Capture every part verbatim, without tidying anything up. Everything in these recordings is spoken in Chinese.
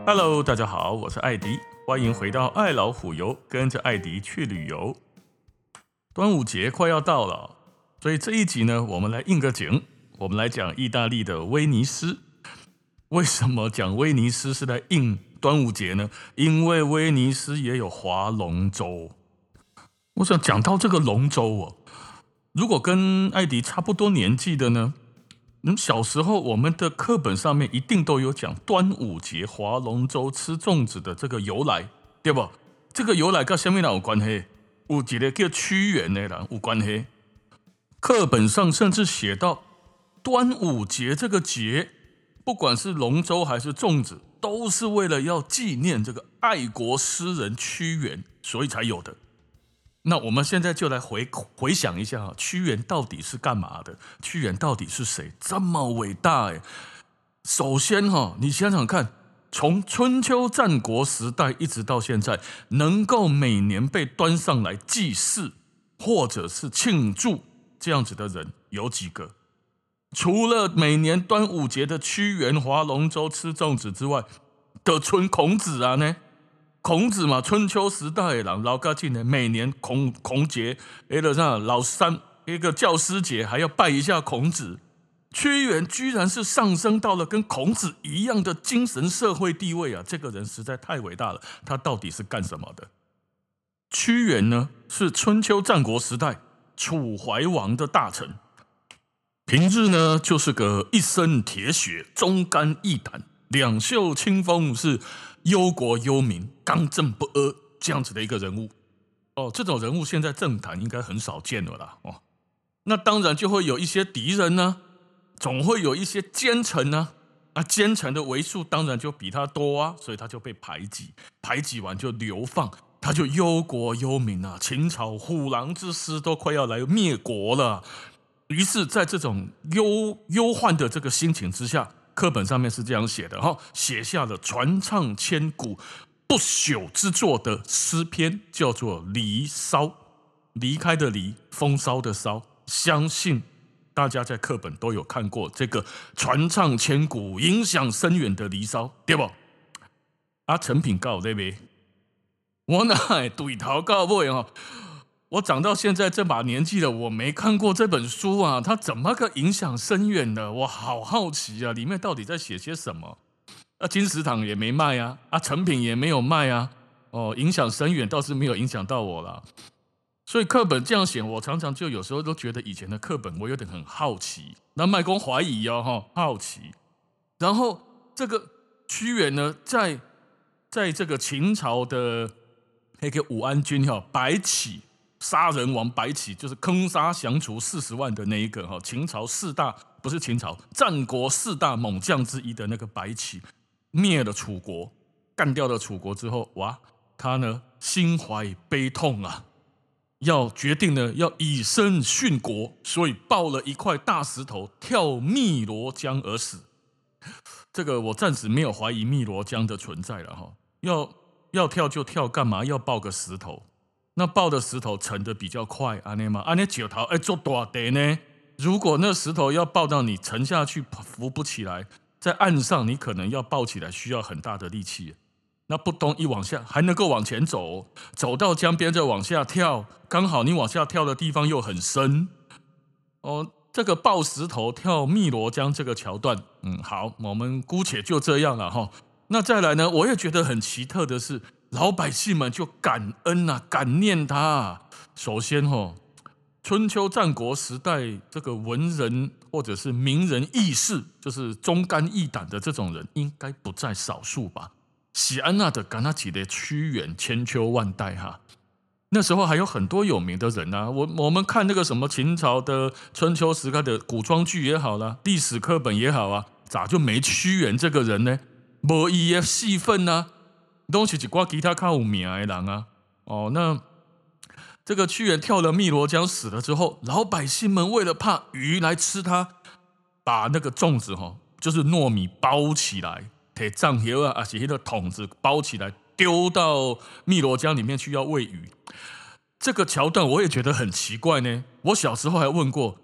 Hello， 大家好，我是艾迪，欢迎回到爱老虎游，跟着艾迪去旅游。端午节快要到了，所以这一集呢，我们来应个景，我们来讲意大利的威尼斯。为什么讲威尼斯是在应端午节呢？因为威尼斯也有划龙舟。我想讲到这个龙舟哦，如果跟艾迪差不多年纪的呢，嗯，小时候我们的课本上面一定都有讲端午节划龙舟吃粽子的这个由来，对不？这个由来跟什么人有关系？有一个叫屈原的人有关系。课本上甚至写到端午节这个节，不管是龙舟还是粽子，都是为了要纪念这个爱国诗人屈原，所以才有的。那我们现在就来回回想一下，屈原到底是干嘛的？屈原到底是谁？这么伟大哎！首先哈，你想想看，从春秋战国时代一直到现在，能够每年被端上来祭祀或者是庆祝这样子的人有几个？除了每年端午节的屈原划龙舟吃粽子之外，的春孔子啊呢？孔子嘛，春秋时代的人，老家进的每年孔孔节，那个啥老三一个教师节，还要拜一下孔子。屈原居然是上升到了跟孔子一样的精神社会地位啊！这个人实在太伟大了。他到底是干什么的？屈原呢，是春秋战国时代楚怀王的大臣，平日呢就是个一身铁血、忠肝义胆、两袖清风，是忧国忧民、刚正不阿这样子的一个人物哦，这种人物现在政坛应该很少见了啦哦。那当然就会有一些敌人呢、啊，总会有一些奸臣呢、啊，啊，奸臣的为数当然就比他多啊，所以他就被排挤，排挤完就流放，他就忧国忧民啊，秦朝虎狼之师都快要来灭国了。于是，在这种忧忧患的这个心情之下，课本上面是这样写的哈，写下了传唱千古、不朽之作的诗篇，叫做《离骚》。离开的离，风骚的骚，相信大家在课本都有看过这个传唱千古、影响深远的《离骚》，对不？啊，成品到对不对？我哪会对头到尾哦？我长到现在这把年纪了，我没看过这本书啊，它怎么个影响深远的？我好好奇啊，里面到底在写些什么？啊，金石堂也没卖啊，啊，成品也没有卖啊，哦，影响深远倒是没有影响到我啦。所以课本这样写，我常常就有时候都觉得以前的课本我有点很好奇，那麦公怀疑哦，哈，好奇。然后这个屈原呢，在在这个秦朝的那个武安君哈白起。杀人王白起就是坑杀降除四十万的那一个哈，秦朝四大不是秦朝，战国四大猛将之一的那个白起，灭了楚国，干掉了楚国之后，哇，他呢心怀悲痛啊，要决定呢要以身殉国，所以抱了一块大石头跳汨罗江而死。这个我暂时没有怀疑汨罗江的存在了哈，要要跳就跳，干嘛要抱个石头？那抱的石头沉得比较快，安尼嘛，安尼石头哎做大地呢。如果那石头要抱到你沉下去浮不起来，在岸上你可能要抱起来需要很大的力气。那不东一往下还能够往前走，走到江边再往下跳，刚好你往下跳的地方又很深。哦，这个抱石头跳汨罗江这个桥段，嗯，好，我们姑且就这样了哈。那再来呢，我也觉得很奇特的是。老百姓们就感恩啊，感念他啊。首先哦，春秋战国时代这个文人或者是名人义士，就是忠肝义胆的这种人，应该不在少数吧？喜安娜的甘那几的屈原，千秋万代哈。那时候还有很多有名的人啊，我我们看那个什么秦朝的春秋时代的古装剧也好啦，历史课本也好啊，咋就没屈原这个人呢？没伊的戏份啊。都是一挂其他较有名的人啊，哦，那这个屈原跳了汨罗江死了之后，老百姓们为了怕鱼来吃它，把那个粽子哈、哦，就是糯米包起来，铁杖叶啊，还是那个桶子包起来，丢到汨罗江里面去要喂鱼。这个桥段我也觉得很奇怪呢。我小时候还问过，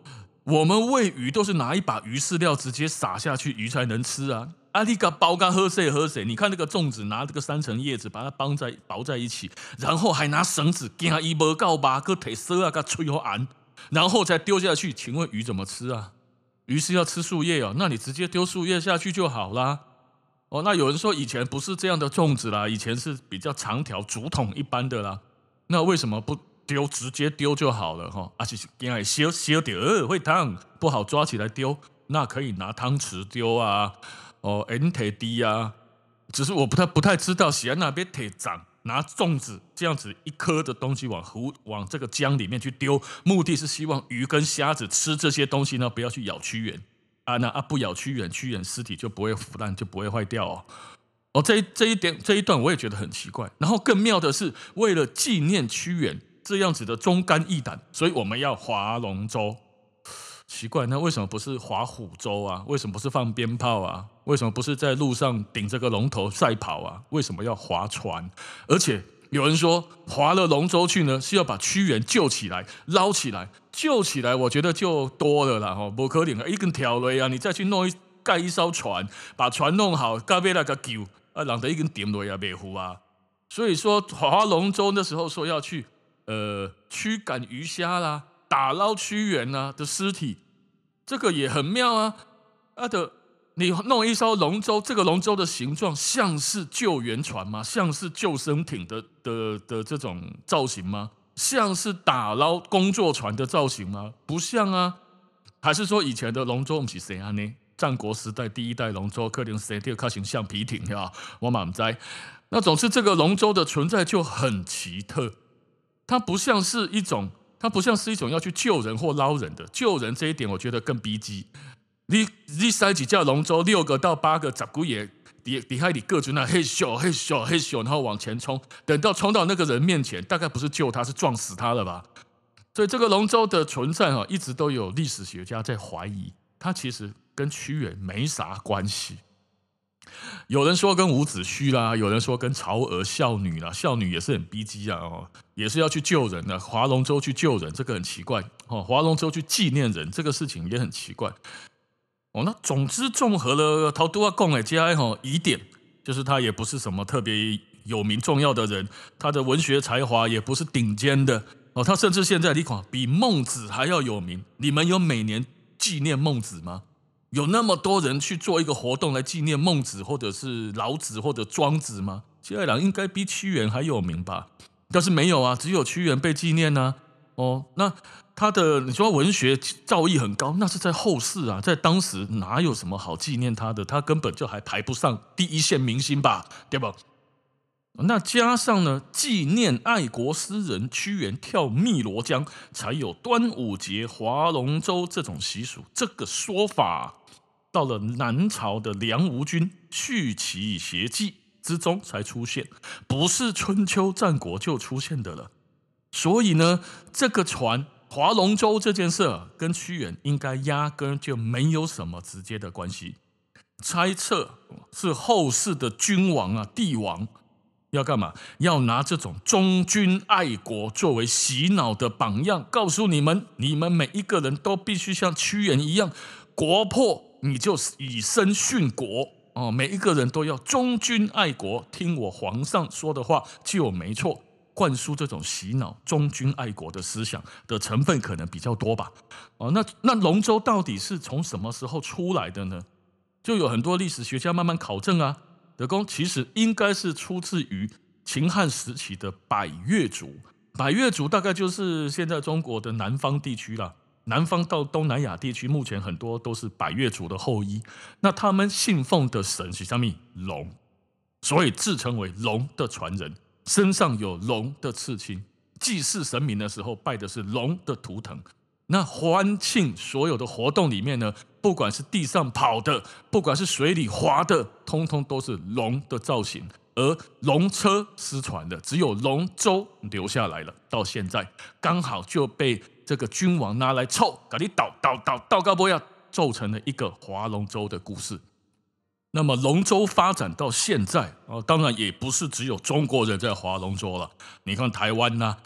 我们喂鱼都是拿一把鱼饲料直接撒下去，鱼才能吃啊！啊，你个包干喝谁喝谁？你看那个粽子，拿这个三层叶子把它绑在包在一起，然后还拿绳子给它一波告吧，个腿蛇啊，个吹好安，然后再丢下去。请问鱼怎么吃啊？鱼是要吃树叶哦，那你直接丢树叶下去就好啦。哦，那有人说以前不是这样的粽子啦，以前是比较长条竹筒一般的啦，那为什么不丢直接丢就好了哈？而且因为烧烧掉会烫，不好抓起来丢，那可以拿汤匙丢啊，哦 ，N T D 啊，只是我不太不太知道喜安那边铁掌拿粽子这样子一颗的东西往湖往这个江里面去丢，目的是希望鱼跟虾子吃这些东西呢，不要去咬屈原啊，那啊不咬屈原，屈原尸体就不会腐烂，就不会坏掉哦。哦，这这一点这一段我也觉得很奇怪。然后更妙的是，为了纪念屈原这样子的忠肝义胆，所以我们要划龙舟。奇怪，那为什么不是划虎舟啊？为什么不是放鞭炮啊？为什么不是在路上顶着个龙头赛跑啊？为什么要划船？而且有人说划了龙舟去呢，是要把屈原救起来、捞起来、救起来。我觉得就多了啦，吼，不可能啊！一根条雷啊，你再去弄一盖一艘船，把船弄好，到尾来个救啊，人得一根点雷啊，袂糊啊。所以说划龙舟那时候说要去呃驱赶鱼虾啦。打捞屈原啊的尸体，这个也很妙啊！啊的，你弄一艘龙舟，这个龙舟的形状像是救援船吗？像是救生艇的的的这种造型吗？像是打捞工作船的造型吗？不像啊！还是说以前的龙舟不是谁啊呢？战国时代第一代龙舟可能谁第二型橡皮艇呀？我满在。那总之，这个龙舟的存在就很奇特，它不像是一种。它不像是一种要去救人或捞人的，救人这一点我觉得更逼急。你你塞几架龙舟，六个到八个十几个底底海里各自那嘿咻嘿咻嘿咻，然后往前冲，等到冲到那个人面前，大概不是救他，是撞死他了吧？所以这个龙舟的存在哈，一直都有历史学家在怀疑，它其实跟屈原没啥关系。有人说跟伍子胥啦，有人说跟曹娥孝女啦，孝女也是很逼急啊，哦，也是要去救人的，划龙舟去救人，这个很奇怪哦。划龙舟去纪念人，这个事情也很奇怪哦。那总之综合了陶都阿贡的家哈疑点，就是他也不是什么特别有名重要的人，他的文学才华也不是顶尖的哦。他甚至现在你看比孟子还要有名。你们有每年纪念孟子吗？有那么多人去做一个活动来纪念孟子，或者是老子，或者庄子吗？现在人应该比屈原还有名吧？但是没有啊，只有屈原被纪念啊。哦，那他的你说文学造诣很高，那是在后世啊，在当时哪有什么好纪念他的？他根本就还排不上第一线明星吧，对吧？那加上呢，纪念爱国诗人屈原跳汨罗江，才有端午节划龙舟这种习俗。这个说法到了南朝的梁吴君《续齐谐记》之中才出现，不是春秋战国就出现的了。所以呢，这个船划龙舟这件事跟屈原应该压根就没有什么直接的关系。猜测是后世的君王啊、帝王。要干嘛？要拿这种忠君爱国作为洗脑的榜样，告诉你们，你们每一个人都必须像屈原一样，国破你就以身殉国哦，每一个人都要忠君爱国，听我皇上说的话就没错。灌输这种洗脑忠君爱国的思想的成分可能比较多吧。哦，那那龙舟到底是从什么时候出来的呢？就有很多历史学家慢慢考证啊。德公其实应该是出自于秦汉时期的百越族，百越族大概就是现在中国的南方地区啦，南方到东南亚地区，目前很多都是百越族的后裔。那他们信奉的神是什么？龙，所以自称为龙的传人，身上有龙的刺青。祭祀神明的时候拜的是龙的图腾。那欢庆所有的活动里面呢，不管是地上跑的，不管是水里滑的，通通都是龙的造型。而龙车失传的，只有龙舟留下来了。到现在刚好就被这个君王拿来凑，给你倒倒倒倒到不要，奏成了一个划龙舟的故事。那么龙舟发展到现在，当然也不是只有中国人在划龙舟了。你看台湾呐、啊。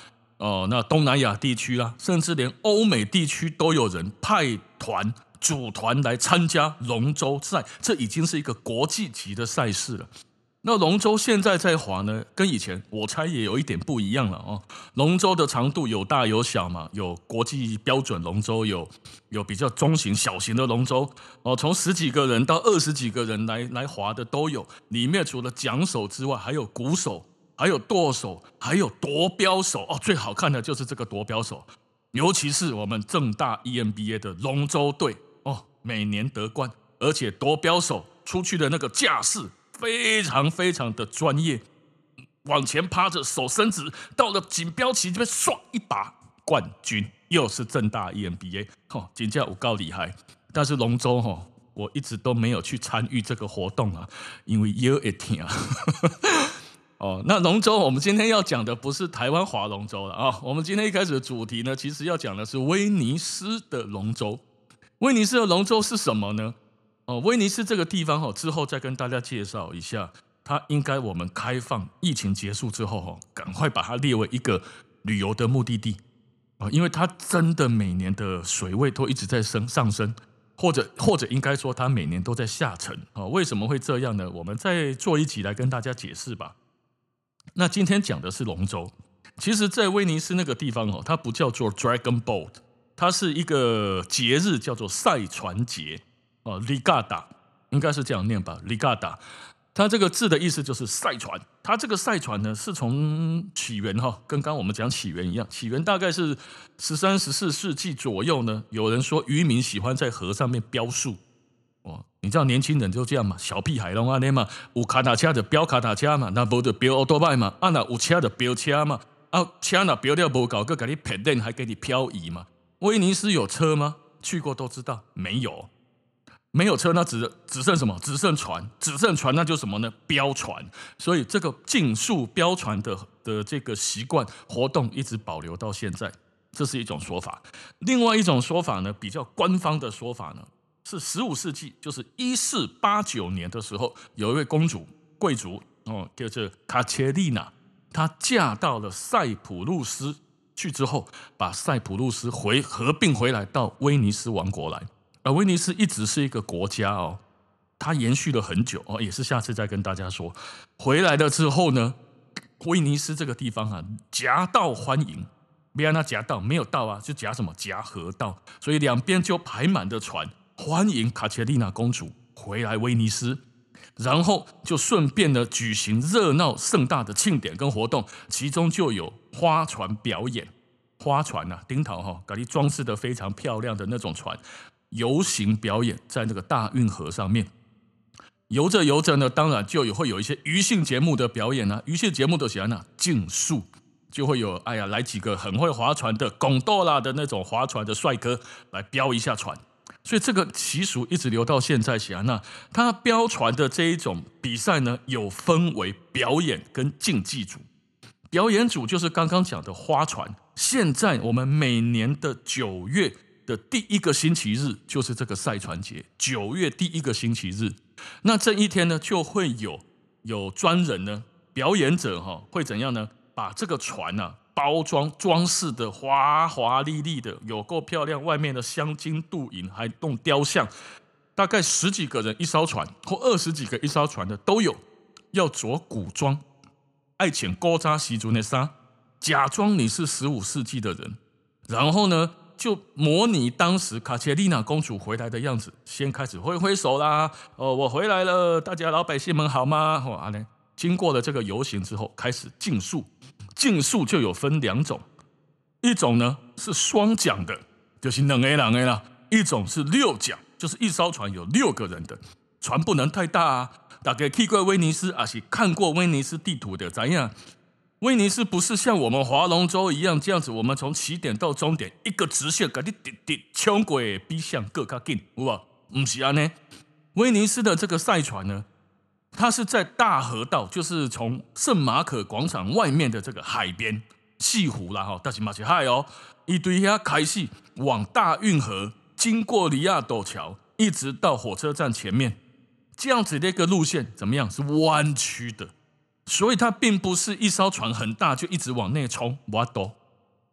哦，那东南亚地区啦，甚至连欧美地区都有人派团组团来参加龙舟赛，这已经是一个国际级的赛事了。那龙舟现在在划呢，跟以前我猜也有一点不一样了哦。龙舟的长度有大有小嘛，有国际标准龙舟，有有比较中型、小型的龙舟哦，从十几个人到二十几个人来来划的都有。里面除了桨手之外，还有鼓手，还有舵手，还有夺标手哦。最好看的就是这个夺标手，尤其是我们政大 E M B A 的龙舟队哦，每年得冠，而且夺标手出去的那个架势非常非常的专业，往前趴着，手伸直，到了锦标旗这边唰一把冠军，又是政大 E M B A， 哦，真的有够厉害。但是龙舟哦，我一直都没有去参与这个活动啊，因为腰会痛啊。哦，那龙舟我们今天要讲的不是台湾划龙舟了啊，我们今天一开始的主题呢，其实要讲的是威尼斯的龙舟。威尼斯的龙舟是什么呢？哦，威尼斯这个地方哦，之后再跟大家介绍一下。它应该我们开放疫情结束之后哦，赶快把它列为一个旅游的目的地啊，因为它真的每年的水位都一直在升上升，或者或者应该说它每年都在下沉啊。为什么会这样呢？我们再做一集来跟大家解释吧。那今天讲的是龙舟，其实，在威尼斯那个地方哦，它不叫做 Dragon Boat， 它是一个节日，叫做赛船节。哦 ，Ligada 应该是这样念吧 ，Ligada， 它这个字的意思就是赛船。它这个赛船呢，是从起源哈，跟刚刚我们讲起源一样，起源大概是十三、十四世纪左右呢。有人说渔民喜欢在河上面标树，哦，你知道年轻人就这样嘛，小屁孩拢安尼嘛，有卡达车就标卡达车嘛，那无就标奥多麦嘛，啊那有车就标车嘛，啊车那标了无够，佮给你骗练，还给你漂移嘛。威尼斯有车吗？去过都知道，没有。没有车，那只只剩什么？只剩船，只剩船，那就什么呢？标船。所以这个竞速标船的的这个习惯活动一直保留到现在，这是一种说法。另外一种说法呢，比较官方的说法呢，是十五世纪，就是一四八九年的时候，有一位公主贵族哦，叫做卡切丽娜，她嫁到了塞浦路斯去之后，把塞浦路斯回合并回来到威尼斯王国来。而威尼斯一直是一个国家哦，它延续了很久哦，也是下次再跟大家说。回来了之后呢，威尼斯这个地方啊，夹道欢迎，没让它夹道，没有道啊，就夹什么夹河道，所以两边就排满的船，欢迎卡切丽娜公主回来威尼斯，然后就顺便呢举行热闹盛大的庆典跟活动，其中就有花船表演。花船啊，丁桃哈，给你装饰的非常漂亮的那种船。游行表演在那个大运河上面，游着游着呢，当然就会有一些娱性节目的表演啊。娱性节目都喜欢啊，竞速就会有，哎呀，来几个很会划船的贡多拉的那种划船的帅哥来飙一下船。所以这个习俗一直留到现在。喜安娜他飙船的这一种比赛呢，有分为表演跟竞技组。表演组就是刚刚讲的花船。现在我们每年的九月的第一个星期日就是这个赛船节，九月第一个星期日，那这一天呢，就会有有专人呢，表演者哈、哦，会怎样呢？把这个船啊包装装饰的华华丽丽的，有够漂亮，外面的镶金镀银，还弄雕像，大概十几个人一艘船，或二十几个一艘船的都有，要着古装，爱穿古早时阵的衫，假装你是十五世纪的人，然后呢？就模拟当时卡切丽娜公主回来的样子，先开始挥挥手啦，哦，我回来了，大家老百姓们好吗？哦，啊呢，经过了这个游行之后，开始竞速，竞速就有分两种，一种呢是双桨的，就是两个人的啦；一种是六桨，就是一艘船有六个人的，船不能太大啊。大家去过威尼斯，还是看过威尼斯地图的，怎样？威尼斯不是像我们划龙舟一样这样子，我们从起点到终点一个直线，给你滴滴冲过比向更较紧，有无？不是安呢。威尼斯的这个赛船呢，它是在大河道，就是从圣马可广场外面的这个海边西湖啦哈，但是嘛是海哦，一堆遐开始往大运河，经过里亚斗桥，一直到火车站前面，这样子的一个路线怎么样？是弯曲的。所以它并不是一艘船很大就一直往内冲，不多，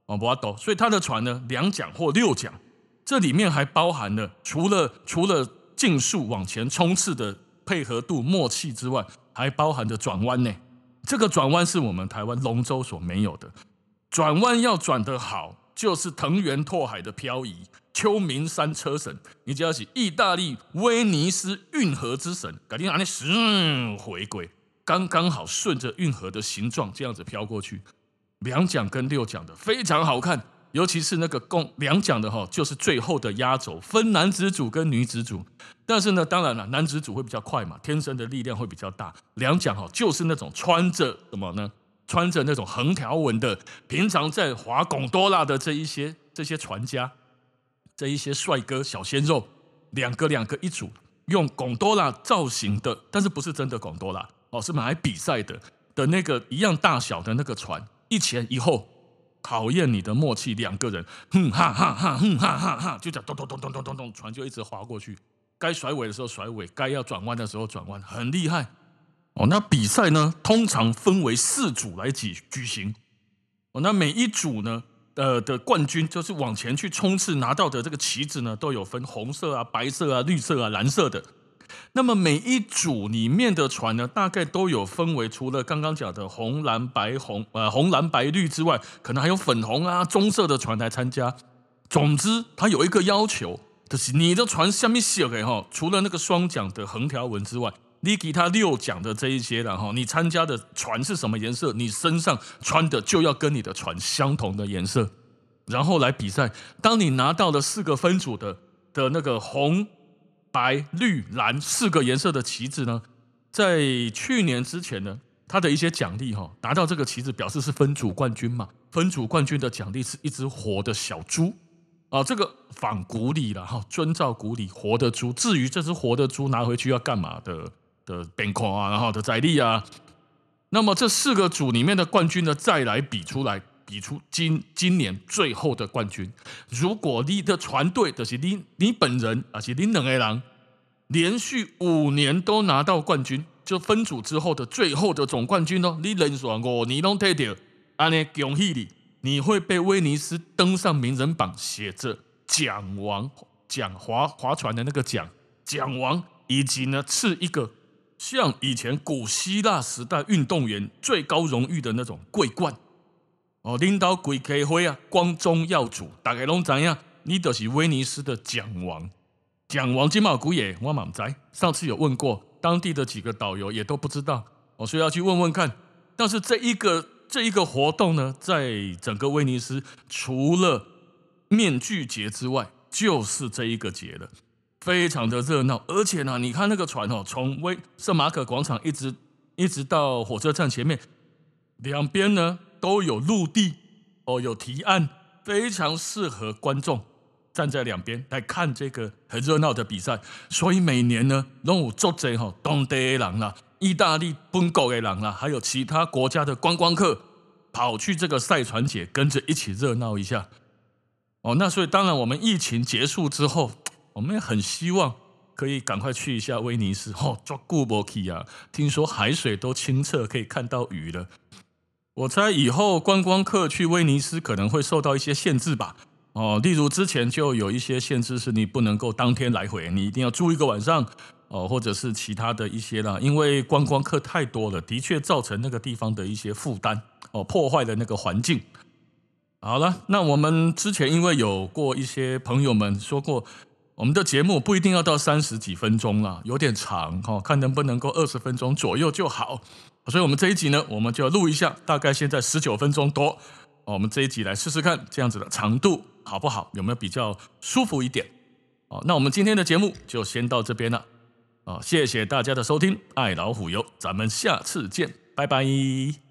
哦，不懂，所以它的船呢两桨或六桨，这里面还包含了除了除了竞速往前冲刺的配合度默契之外，还包含着转弯呢。这个转弯是我们台湾龙舟所没有的，转弯要转得好，就是腾云拓海的漂移。秋名山车神，你只要是意大利威尼斯运河之神，赶紧拿那十回归，刚刚好顺着运河的形状这样子飘过去。两桨跟六桨的非常好看，尤其是那个共两桨的哈，就是最后的压轴，分男子组跟女子组。但是呢，当然了，男子组会比较快嘛，天生的力量会比较大。两桨哈，就是那种穿着什么呢？穿着那种横条纹的，平常在划贡多拉的这一些这些船家。这一些帅哥小鲜肉，两个两个一组，用贡多拉造型的，但是不是真的贡多拉哦，是买来比赛的的那个一样大小的那个船，一前一后，考验你的默契。两个人，哼哈哈哈，哼哈哈哈，就这样咚咚咚咚咚咚咚，船就一直划过去。该甩尾的时候甩尾，该要转弯的时候转弯，很厉害哦。那比赛呢，通常分为四组来举举行哦。那每一组呢？呃的冠军就是往前去冲刺拿到的这个旗子呢，都有分红色啊、白色啊、绿色啊、蓝色的。那么每一组里面的船呢，大概都有分为除了刚刚讲的红蓝白红呃红蓝白绿之外，可能还有粉红啊、棕色的船来参加。总之，它有一个要求，就是你的船下面写的哈，除了那个双桨的横条纹之外，你给他六桨的这一些然后你参加的船是什么颜色，你身上穿的就要跟你的船相同的颜色，然后来比赛。当你拿到了四个分组的的那个红、白、绿、蓝四个颜色的旗子呢，在去年之前呢，他的一些奖励哈，拿到这个旗子表示是分组冠军嘛，分组冠军的奖励是一只活的小猪。啊，这个仿古礼啦，哈，遵照古礼活的猪。至于这只活的猪拿回去要干嘛的？的边框啊，然后的载力啊，那么这四个组里面的冠军呢，再来比出来，比出今今年最后的冠军。如果你的船队就是你你本人，而且你两个人连续五年都拿到冠军，就分组之后的最后的总冠军哦，你连续五年都得到，安尼恭喜你，你会被威尼斯登上名人榜，写着桨王桨划划船的那个桨桨王，以及呢赐一个。像以前古希腊时代运动员最高荣誉的那种桂冠哦，领导规开会啊，光宗耀祖，大家都知道你就是威尼斯的桨王。桨王金毛古也，我嘛不知。上次有问过当地的几个导游，也都不知道哦，所以要去问问看。但是这一个这一个活动呢，在整个威尼斯，除了面具节之外，就是这一个节了。非常的热闹，而且呢，你看那个船哦，从威圣马可广场一直一直到火车站前面，两边呢都有陆地哦，有堤岸，非常适合观众站在两边来看这个很热闹的比赛。所以每年呢，都有足多哈当地的人啦、意大利本国的人啦，还有其他国家的观光客跑去这个赛船节，跟着一起热闹一下。哦，那所以当然我们疫情结束之后。我们也很希望可以赶快去一下威尼斯哦，做顾博奇啊！听说海水都清澈，可以看到鱼了。我猜以后观光客去威尼斯可能会受到一些限制吧。哦，例如之前就有一些限制，是你不能够当天来回，你一定要住一个晚上哦，或者是其他的一些啦。因为观光客太多了，的确造成那个地方的一些负担哦，破坏了那个环境。好了，那我们之前因为有过一些朋友们说过。我们的节目不一定要到三十几分钟啦，有点长哈，看能不能够二十分钟左右就好。所以我们这一集呢，我们就要录一下，大概现在十九分钟多。我们这一集来试试看，这样子的长度好不好？有没有比较舒服一点？那我们今天的节目就先到这边了。谢谢大家的收听，爱老虎油，咱们下次见，拜拜。